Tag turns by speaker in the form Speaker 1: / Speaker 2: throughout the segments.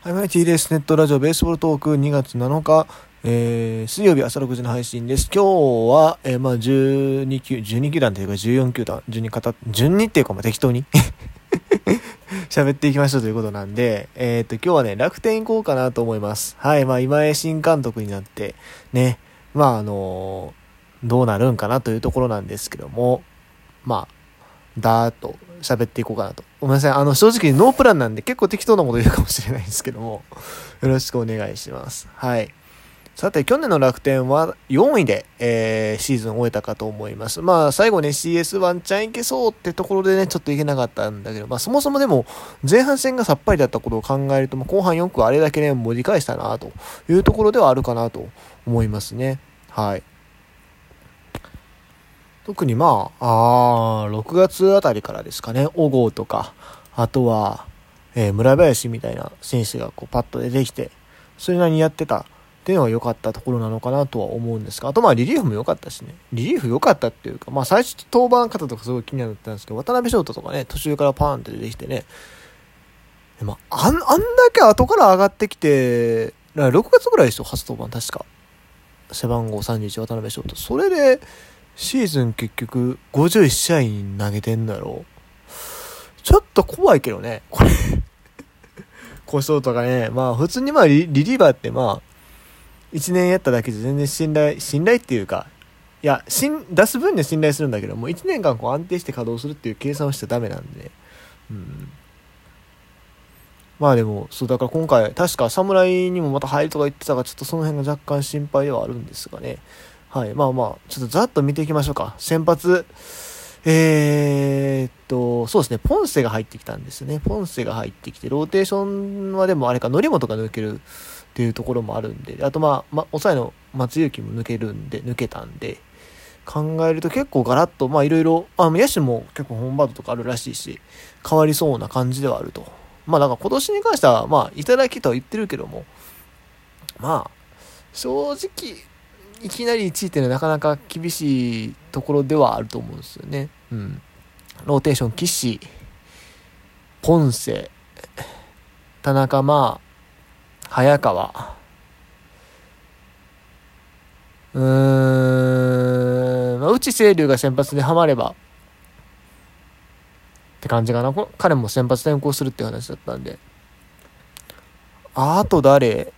Speaker 1: はい、マイティです。ネットラジオベースボールトーク2月7日、水曜日朝6時の配信です。今日は、12球団というか14球団、順にっていうか適当に喋っていきましょうということなんで、今日はね、楽天行こうかなと思います。はい、今江新監督になって、ね、どうなるんかなというところなんですけども、だーっと喋っていこうかなと。ごめんなさい。正直ノープランなんで結構適当なこと言うかもしれないんですけども、よろしくお願いします。はい。さて、去年の楽天は4位で、シーズンを終えたかと思います。最後ね、CS ワンチャンいけそうってところでね、ちょっといけなかったんだけど、そもそもでも、前半戦がさっぱりだったことを考えると、後半4区はあれだけね、盛り返したな、というところではあるかなと思いますね。はい。特に6月あたりからですかね、小郷とか、あとは、村林みたいな選手がパッと出てきて、それなりにやってたっていうのが良かったところなのかなとは思うんですが、あとリリーフも良かったしね、リリーフ良かったっていうか、最初登板方とかすごい気になったんですけど、渡辺翔太とかね、途中からパーンって出てきてね、あんだけ後から上がってきて、6月ぐらいでしょ、初登板確か。背番号31渡辺翔太。それで、シーズン結局51試合に投げてんだろう。ちょっと怖いけどね、これ故障とかね。普通にリリーバーって1年やっただけで全然信頼っていうか、いや、出す分には信頼するんだけども、1年間安定して稼働するっていう計算をしちゃダメなんで。でも、だから今回、確か侍にもまた入るとか言ってたから、ちょっとその辺が若干心配ではあるんですがね。はい。ちょっとざっと見ていきましょうか。先発。そうですね。ポンセが入ってきたんですね。ポンセが入ってきて、ローテーションはでもあれか、則本が抜けるっていうところもあるんで、あと抑えの松雪も抜けたんで、考えると結構ガラッと、いろいろ、野手も結構ホームバードとかあるらしいし、変わりそうな感じではあると。だから今年に関しては、いただきとは言ってるけども、正直、いきなり1位っていうのはなかなか厳しいところではあると思うんですよね。ローテーション、岸、ポンセ、田中、早川。内清流が先発でハマれば、って感じかな。彼も先発転向するっていう話だったんで。あと誰？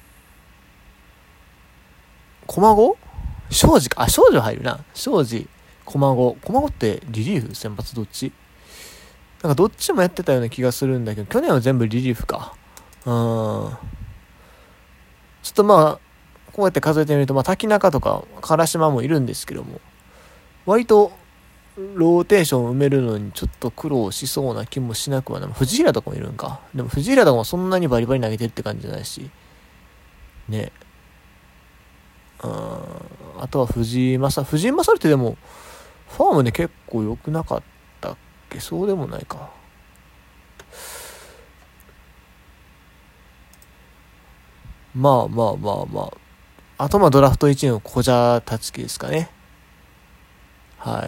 Speaker 1: 駒子？庄司か。庄司入るな。庄司、駒子ってリリーフ先発どっち？なんかどっちもやってたような気がするんだけど、去年は全部リリーフか。ちょっとこうやって数えてみると、滝中とか唐島もいるんですけども、割とローテーション埋めるのにちょっと苦労しそうな気もしなくはない。藤平とかもいるんか。でも藤平とかもそんなにバリバリ投げてるって感じじゃないし。ね。あとは藤井正ってでも、フォームで結構良くなかったっけ？そうでもないか。あとドラフト1位の小蛇達樹ですかね。はい。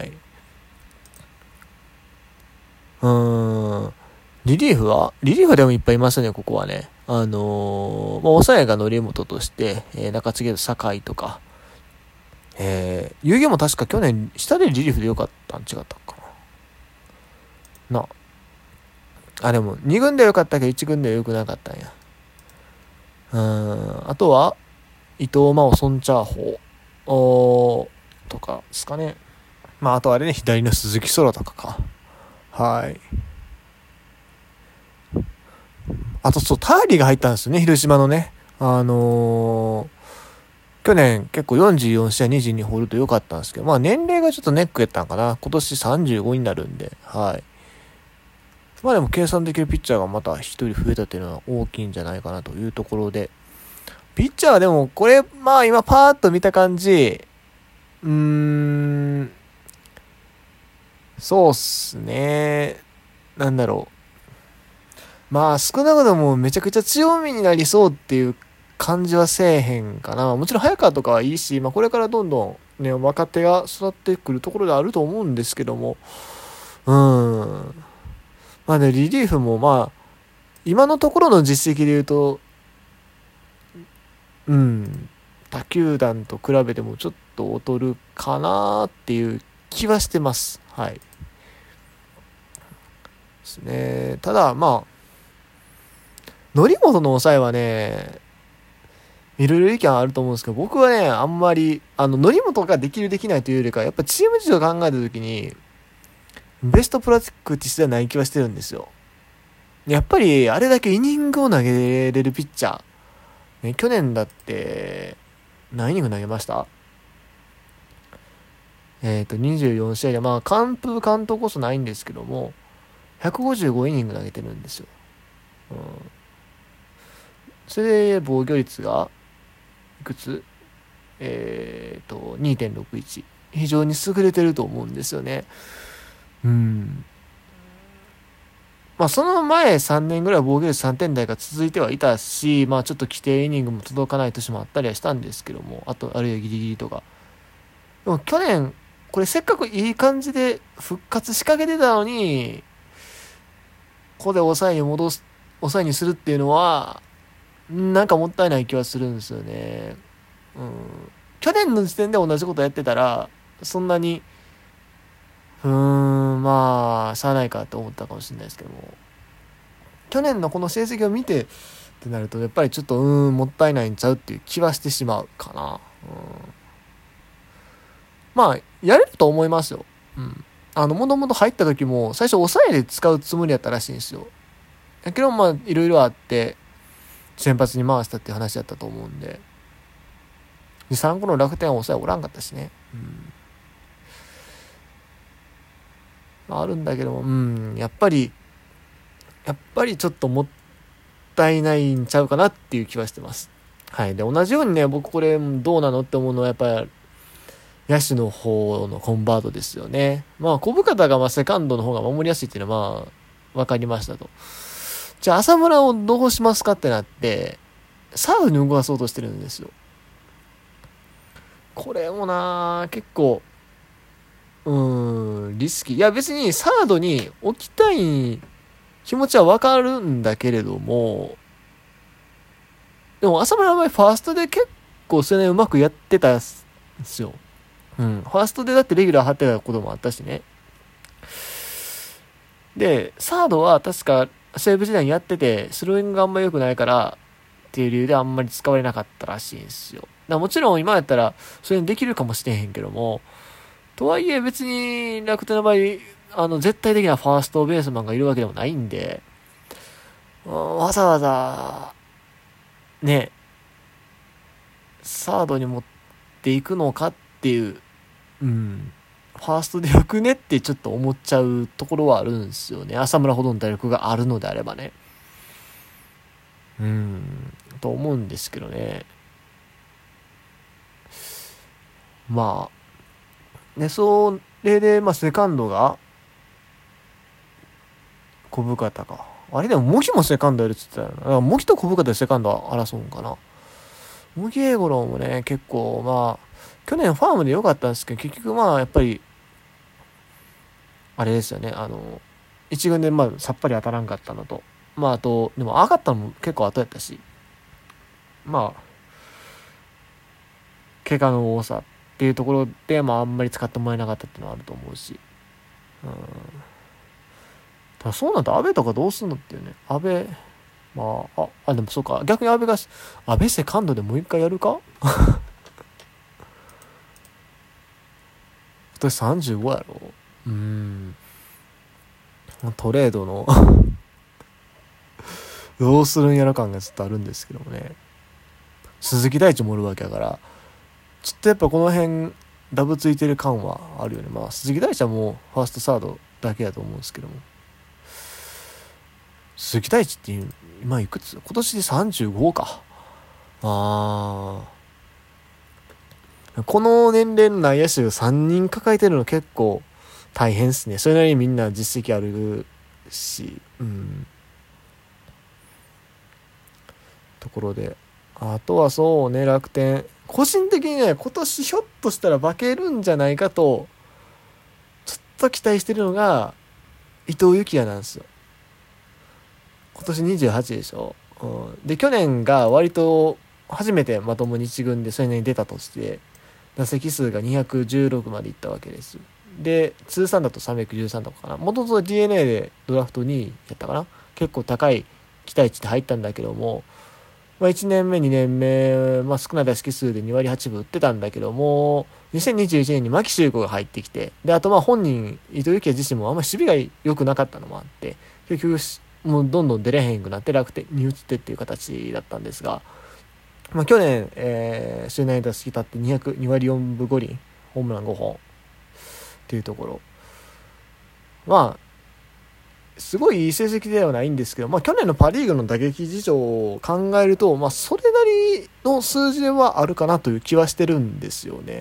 Speaker 1: リリーフはでもいっぱいいますね、ここはね。抑えが則本として、中継ぎと酒井とか、遊戯も確か去年、下でリリーフでよかったん違ったかな。でも、2軍ではよかったけど、1軍ではよくなかったんや。あとは、伊藤真央、ソンチャーホー、とかですかね。あとあれね、左の鈴木空とかか。はい。あとターリーが入ったんですよね、広島のね。去年結構44試合22ホールド良かったんですけど、年齢がちょっとネックやったんかな。今年35になるんで、はい。でも計算できるピッチャーがまた一人増えたっていうのは大きいんじゃないかなというところで、ピッチャーはでもこれ、今パーッと見た感じ、そうっすね。なんだろう。少なくともめちゃくちゃ強みになりそうっていう感じはせえへんかな。もちろん早川とかはいいし、これからどんどんね、若手が育ってくるところであると思うんですけども、で、リリーフも今のところの実績で言うと、他球団と比べてもちょっと劣るかなっていう気はしてます。はい。ですね。ただ、まあ、則本の抑えはね、いろいろ意見あると思うんですけど、僕はね、あんまり、則本ができるできないというよりか、やっぱチーム事情を考えたときに、ベストプラクティスではない気はしてるんですよ。やっぱり、あれだけイニングを投げれるピッチャー。ね、去年だって、何イニング投げました？ 24 試合で、まあ、完封完投こそないんですけども、155イニング投げてるんですよ。それで防御率が、いくつ2.61。非常に優れてると思うんですよね。まあ、その前3年ぐらい防御率3点台が続いてはいたし、まあ、ちょっと規定イニングも届かない年もあったりはしたんですけども、あるいはギリギリとか。でも去年、これせっかくいい感じで復活しかけてたのに、ここで抑えにするっていうのは、なんかもったいない気はするんですよね。去年の時点で同じことやってたら、そんなに、まあ、しゃあないかと思ったかもしれないですけども、去年のこの成績を見てってなると、やっぱりちょっと、もったいないんちゃうっていう気はしてしまうかな。まあ、やれると思いますよ。もともと入った時も、最初抑えで使うつもりやったらしいんですよ。だけど、まあ、いろいろあって、先発に回したっていう話だったと思うんで。2、3個の楽天は抑えおらんかったしね。あるんだけども、やっぱりちょっともったいないんちゃうかなっていう気はしてます。はい。で、同じようにね、僕これどうなのって思うのはやっぱり、野手の方のコンバートですよね。まあ、小深田がセカンドの方が守りやすいっていうのはまあ、わかりましたと。じゃあ、浅村をどうしますかってなって、サードに動かそうとしてるんですよ。これもな結構、リスキー。いや、別にサードに置きたい気持ちはわかるんだけれども、でも浅村の場合、ファーストで結構それうまくやってたんですよ。ファーストでだってレギュラー張ってたこともあったしね。で、サードは確か西武時代にやってて、スローイングがあんま良くないからっていう理由であんまり使われなかったらしいんですよ。もちろん今やったらそれにできるかもしれへんけども、とはいえ別に楽天の場合、絶対的なファーストベースマンがいるわけでもないんで、わざわざ、ね、サードに持っていくのかっていう、ファーストでよくねってちょっと思っちゃうところはあるんですよね。浅村ほどの打力があるのであればね。と思うんですけどね。まあ、ね、それで、セカンドが、小深田か。あれでも、モギもセカンドやるって言ってたよな。モギと小深田でセカンド争うんかな。モギエゴロもね、結構、まあ、去年ファームで良かったんですけど、結局やっぱり、あれですよね、一軍でさっぱり当たらんかったのと、あと、でも上がったのも結構後やったし、怪我の多さっていうところで、あんまり使ってもらえなかったっていうのはあると思うし、ただそうなると安倍とかどうすんのっていうね、安倍、でもそうか、逆に安倍セカンドでもう一回やるか今年35やろ。トレードのどうするんやら感がちょっとあるんですけどもね。鈴木大地もおるわけやから、ちょっとやっぱこの辺ダブついてる感はあるよね。鈴木大地はもうファーストサードだけやと思うんですけども、鈴木大地って今いくつ？今年で35か。この年齢の内野手を3人抱えてるの結構大変っすね。それなりにみんな実績あるし、ところで、あとはそうね、楽天個人的にね、今年ひょっとしたら化けるんじゃないかとちょっと期待してるのが伊藤幸也なんですよ。 今年28でしょ、で去年が割と初めてまともに1軍でそれなりに出たとして打席数が216までいったわけです。で通算だと313とかかな。もともと DNA でドラフト2位やったかな。結構高い期待値で入ったんだけども、1年目2年目、少ない打席数で2割8分打ってたんだけども、2021年に牧秀悟が入ってきて、であと本人伊藤幸也自身もあんまり守備が良くなかったのもあって、結局もうどんどん出れへんくなって楽天に移ってっていう形だったんですが、去年、周内打席立って2割4分5厘、ホームラン5本っていうところ、すごいいい成績ではないんですけど、去年のパ・リーグの打撃事情を考えると、それなりの数字はあるかなという気はしてるんですよね。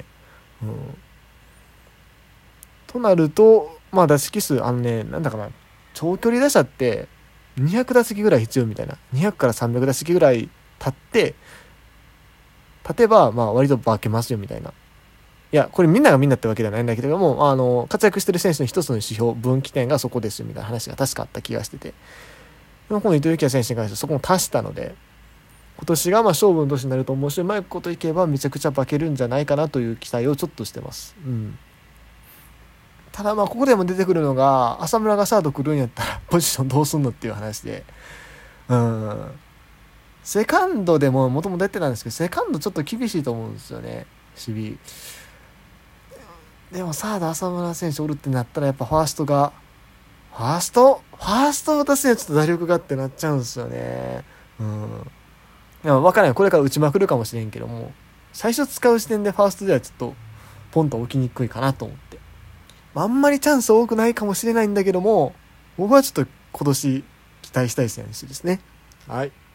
Speaker 1: となると、打席数、なんだかな、長距離打者って200打席ぐらい必要みたいな、200から300打席ぐらい立てば、割と化けますよみたいな。いや、これみんながみんなってわけではないんだけれども、活躍してる選手の一つの指標、分岐点がそこですみたいな話が確かあった気がしてて。この伊藤幸也選手に関してはそこも達したので、今年が勝負の年になると面白い、うまいこといけばめちゃくちゃ化けるんじゃないかなという期待をちょっとしてます。ただここでも出てくるのが、浅村がサード来るんやったらポジションどうすんのっていう話で、セカンドでも元々出てたんですけど、セカンドちょっと厳しいと思うんですよね、守備。でもサード浅村選手おるってなったらやっぱファーストを出すにはちょっと打力がってなっちゃうんですよね。いや分からない、これから打ちまくるかもしれんけども、最初使う時点でファーストではちょっとポンと置きにくいかなと思って、あんまりチャンス多くないかもしれないんだけども、僕はちょっと今年期待したい選手ですね。はい。